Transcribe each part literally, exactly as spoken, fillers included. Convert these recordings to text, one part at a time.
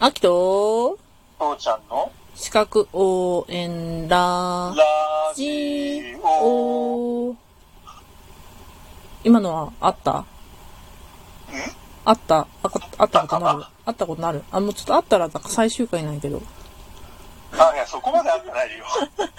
あきと父ちゃんの資格応援ラジオ。今のはあった？ んあったああったことなるあったことなるあ、もうちょっとあったらなんか最終回ないけど。 あ、いや、そこまであってないよ。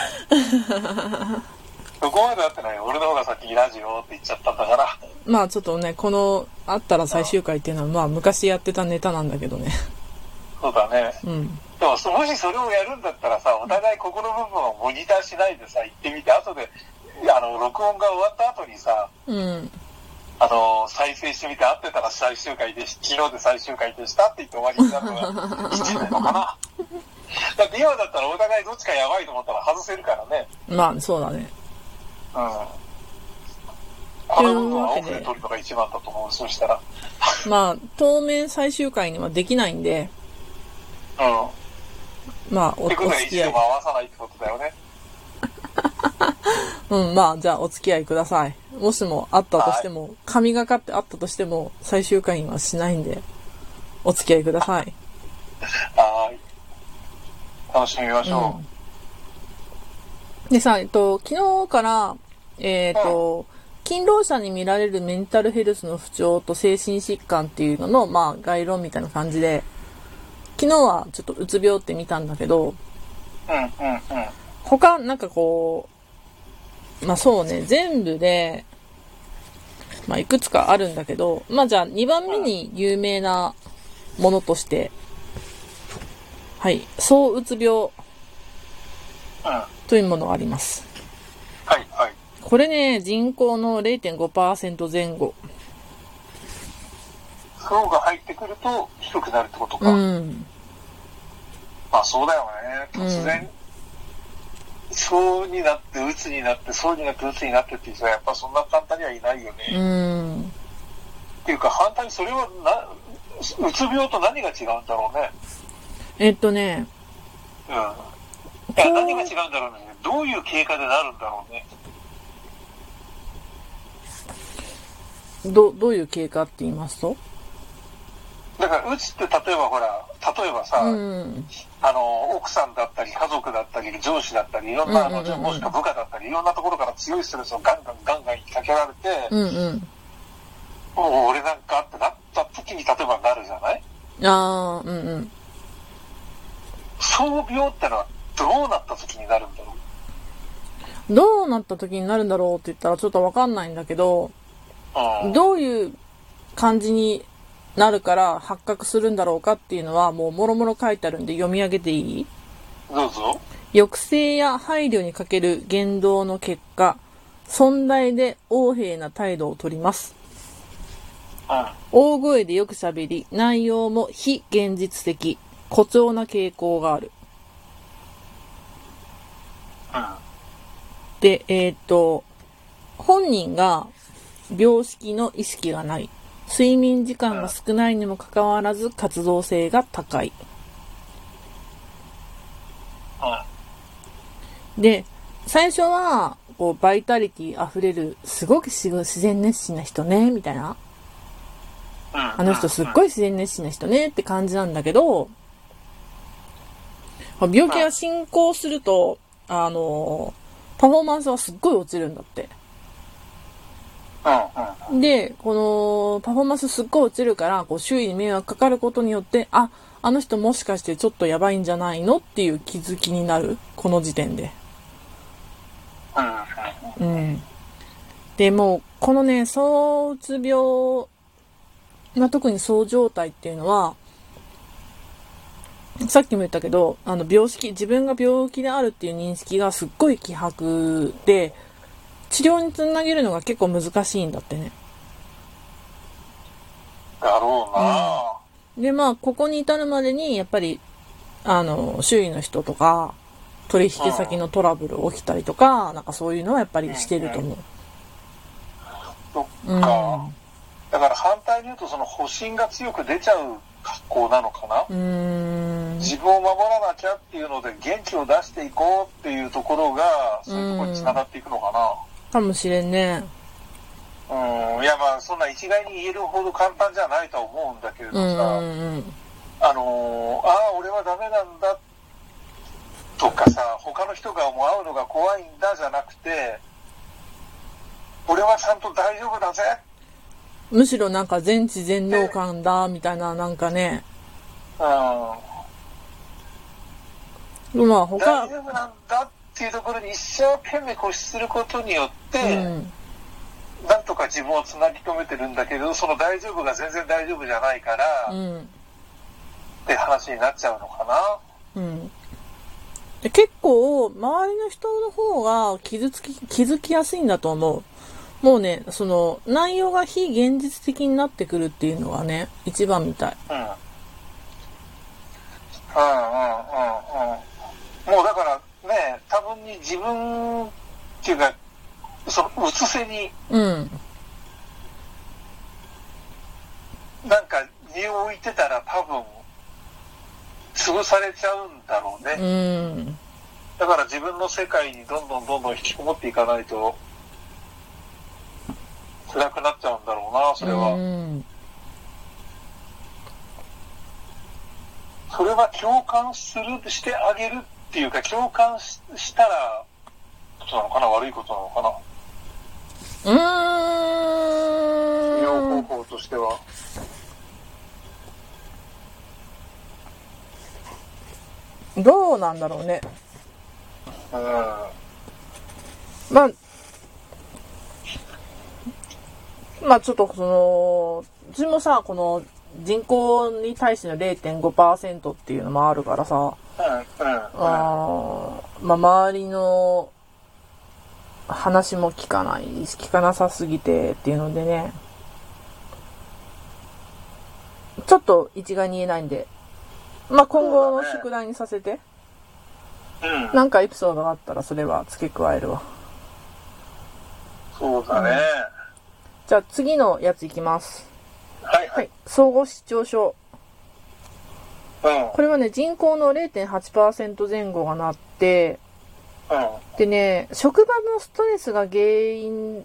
そこまであってないよ。俺の方が先にラジオって言っちゃったんだから。 まあちょっとね、このあったら最終回っていうのはまあ昔やってたネタなんだけどね。 そうだね。 うん。 でももしそれをやるんだったらさ、お互いここの部分をモニターしないでさ、言ってみて、後で、あの、録音が終わった後にさ、 うん。 あの、再生してみて合ってたら最終回で、昨日で最終回でしたって言って終わりになるのがいいんじゃないのかな。だって今だったらお互いどっちかやばいと思ったら外せるからね。 まあそうだね。 うん。この部分はオフで撮るのが一番だと思う。そうしたら。 まあ当面最終回にはできないんで、 うん。 まあお、おってことは付き合い。 一度も合わさないってことだよね。 うん、まあじゃあお付き合いください。もしもあったとしても、神がかってあったとしても最終回にはしないんでお付き合いください。 はーい。楽しみましょう。 うん、でさ、えっと昨日からえっと、うん、勤労者に見られるメンタルヘルスの不調と精神疾患っていうののまあ概論みたいな感じで、昨日はちょっとうつ病って見たんだけど、 うんうんうん。 他なんかこう、まあそうね、全部でまあいくつかあるんだけど、まあじゃあにばんめに有名なものとして、はい、躁うつ病というものがあります。 はいはい。 これね、人口の れいてんごパーセント 前後。 層が入ってくると低くなるってことか。 うん。 まあそうだよね。突然、うん、そうになって鬱になってそうになって鬱になってっていう人はやっぱそんな簡単にはいないよね。 うん。 っていうか反対にそれはな、うつ病と何が違うんだろうね。 えっとね。 うん。いや何が違うんだろうね。どういう経過でなるんだろうね。 どどういう経過って言いますと？ だからうつって例えばほら例えばさ、うん、あの奥さんだったり家族だったり上司だったりいろんな、うんうんうん、もしくは部下だったりいろんなところから強いストレスをガンガンガンガンかけられて、 うんうん、 もう俺なんかってなった時に例えばなるじゃない？ ああ、うんうん。 躁病ってのはどうなった時になるんだろう？どうなった時になるんだろうって言ったらちょっとわかんないんだけど、うん、どういう感じになるから発覚するんだろうかっていうのはもうもろもろ書いてあるんで読み上げていい？ どうぞ。 抑制や配慮に欠ける言動の結果、尊大で横柄な態度を取ります。 うん、 大声でよく喋り、内容も非現実的、誇張な傾向がある。 うん、 で、えー、っと、本人が病識の意識がない。睡眠時間が少ないにもかかわらず活動性が高い。 うん、 で、最初はこうバイタリティ溢れるすごく自然熱心な人ねみたいな、 うん、 あの人すっごい自然熱心な人ねって感じなんだけど、病気が進行するとあのパフォーマンスはすっごい落ちるんだって。で、このパフォーマンスすっごい落ちるからこう周囲に迷惑かかることによって、あ、あの人もしかしてちょっとやばいんじゃないのっていう気づきになる、この時点で。うん。でもこのね、躁うつ病、まあ、特にそう状態っていうのはさっきも言ったけど、あの病識、自分が病気であるっていう認識がすっごい希薄で、治療につなげるのが結構難しいんだってね。 だろうな、 うん、でまあここに至るまでにやっぱりあの周囲の人とか取引先のトラブル起きたりとか、なんかそういうのはやっぱりしてると思う。 そっか、うん、だから反対に言うとその保身が強く出ちゃう格好なのかな。 うーん、自分を守らなきゃっていうので元気を出していこうっていうところがそういうところに繋がっていくのかな。 かもしれんね。 うん、いやまあそんな一概に言えるほど簡単じゃないとは思うんだけれどさ、 うんうん、 あのああ俺はダメなんだとかさ、他の人がもう会うのが怖いんだじゃなくて、俺はちゃんと大丈夫だぜ。 むしろなんか全知全能感だみたいな、なんかね、 うん、 まあ他大丈夫なんだっていうところに一生懸命固執することによって、うん、なんとか自分をつなぎ止めてるんだけど、その大丈夫が全然大丈夫じゃないから、うん、って話になっちゃうのかな。 うん、で結構周りの人の方が傷つき気づきやすいんだと思う。もうね、その内容が非現実的になってくるっていうのがね、一番みたい。 うん。うんうんうんうん。もうだからね、多分に自分っていうか、そのうつせに、うん、なんか身を置いてたら多分潰されちゃうんだろうね。うん。だから自分の世界にどんどんどんどん引きこもっていかないと。辛くなっちゃうんだろうな、それは。うん、それは共感する、してあげるっていうか、共感 し, したら、ことなのかな、悪いことなのかな。うーん。医療方法としては。 どうなんだろうね。うん。まあ、まあちょっとその、うちもさ、この人口に対しての れいてんごパーセント っていうのもあるからさ、うんうんうん、あまあ周りの話も聞かない、聞かなさすぎてっていうのでね、ちょっと一概に言えないんで、まあ今後の宿題にさせて、うん、なんかエピソードがあったらそれは付け加えるわ。 そうだね。うんじゃあ次のやついきます。 はい、はい、はい。 相互失調症。 うん。 これはね、人口の れいてんはちパーセント 前後がなって、うん。でね、職場のストレスが原因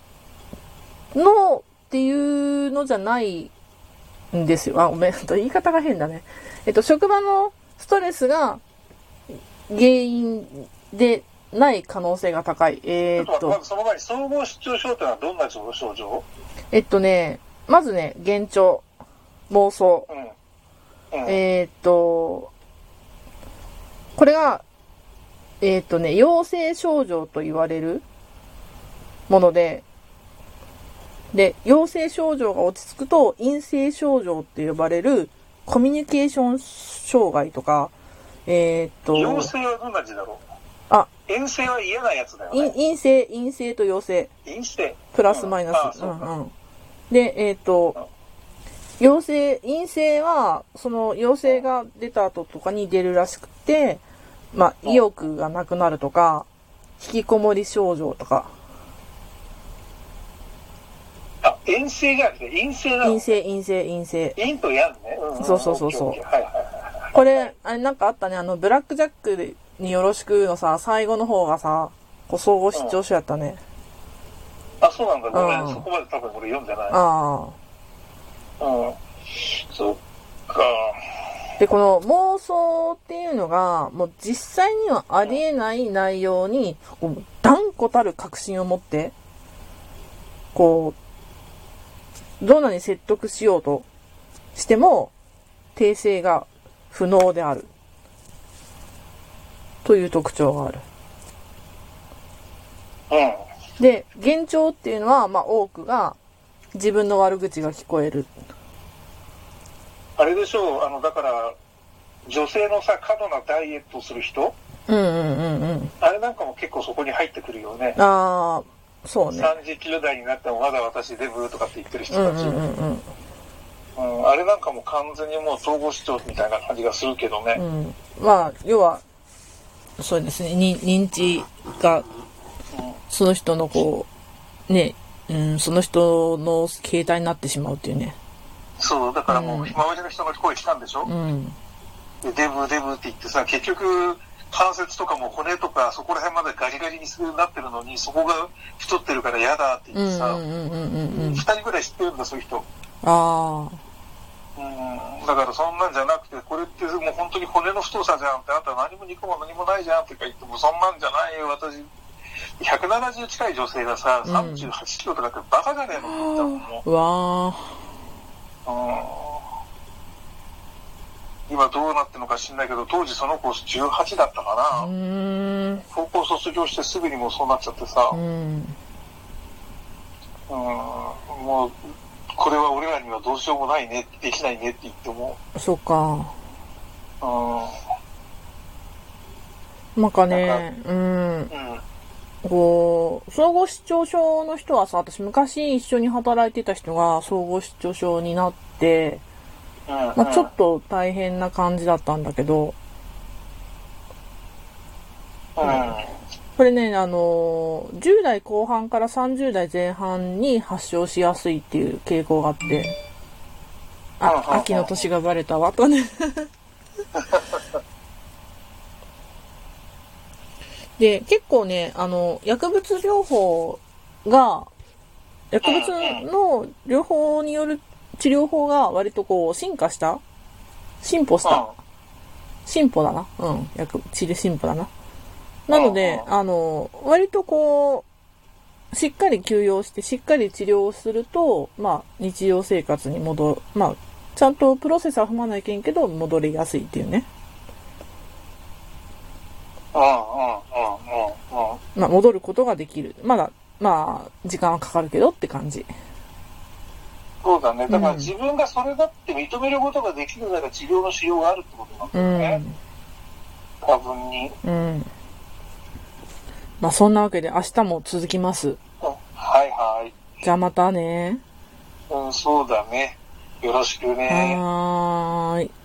のっていうのじゃないんですよ。あ、ごめん。言い方が変だね。えっと、職場のストレスが原因で、ない可能性が高い。えー、っと。 まずその前に総合失調症ってのはどんな症状？ えっとね、まずね、幻聴、妄想。うんうん、えー、っと、これが、えー、っとね、陽性症状と言われるもので、で、陽性症状が落ち着くと、陰性症状って呼ばれるコミュニケーション障害とか、えー、っと。 陽性はどんな字だろう？ あ、 陰性は嫌なやつだよね。 陰性、陰性と陽性。 陰性。 プラスマイナス。うん、うんうん。で、えっ、ー、と、うん、陽性、陰性は、その陽性が出た後とかに出るらしくて、まあ、意欲がなくなるとか、引きこもり症状とか。 あ、陰性じゃなくて陰性なの？ 陰性、陰性、陰性。 陰と陽ね。 うんうん、そうそうそうそう。はいはいはい。これ、あれなんかあったね、あの、ブラックジャックで、によろしくのさ、最後の方がさ、こう総合失調症やったね。 うん、あ、そうなんだ。ごめん、うん、そこまで多分俺読んでない。ああ。うん。そっか。 で、この妄想っていうのが、もう実際にはありえない内容に、こう断固たる確信を持って、こう、どんなに説得しようとしても、訂正が不能である。という特徴がある。うん。で、幻聴っていうのは、まあ多くが自分の悪口が聞こえる。 あれでしょう、あの、だから、女性のさ、過度なダイエットする人？ うんうんうんうん。 あれなんかも結構そこに入ってくるよね。 ああ、そうね。 さんじゅうキロ台になってもまだ私デブとかって言ってる人たち。 うんうんうんうん。 うん、あれなんかも完全にもう統合失調みたいな感じがするけどね。 うん。まあ、要は、そうですね、に認知が、その人のこう、ね、うん、その人の形態になってしまうっていうね。 そう、だからもう、今までの人の声したんでしょ？うん。でデブデブって言ってさ、結局、関節とかも骨とかそこら辺までガリガリになってるのに、そこが太ってるから嫌だって言ってさ、ふたりぐらい知ってるんだ、そういう人。ああ。 うん、だからそんなんじゃなくて、これってもう本当に骨の太さじゃんって、あなた何も肉も何もないじゃんって言っても、そんなんじゃないよ、私。ひゃくななじゅう近い女性がさ、さんじゅうはちキロとかってバカじゃねえのって言ったのも。 うわー。今どうなってるのか知んないけど、当時その子じゅうはちだったかな。 うーん。 高校卒業してすぐにもうそうなっちゃってさ。 うん。 うん、もう、これは俺らにはどうしようもないね、できないねって言っても。 そうか。 うん。 なんかね、うん。うんこう、総合失調症の人はさ、私昔一緒に働いてた人が総合失調症になって、 うんうん、 まあちょっと大変な感じだったんだけど、 うん、 これね、あの、じゅう代後半からさんじゅう代前半に発症しやすいっていう傾向があって、あ、秋の年がバレたわ、とね。で、結構ね、あの、薬物療法が、薬物の療法による治療法が割とこう、進化した進歩した進歩だな。うん。薬、治療進歩だな。なので、あの、割とこう、しっかり休養して、しっかり治療をすると、まあ、日常生活に戻る。まあ、ちゃんとプロセスは踏まないけんけど、戻りやすいっていうね。 うんうんうんうんうん。 まあ、戻ることができる。まだ、まあ、時間はかかるけどって感じ。 そうだね。だから自分がそれだって認めることができるなら治療のしようがあるってことなんだよね。うん、多分に。 うん。まあ、そんなわけで明日も続きます。 はいはい。 じゃあまたね。 うん、そうだね。よろしくね。 はーい。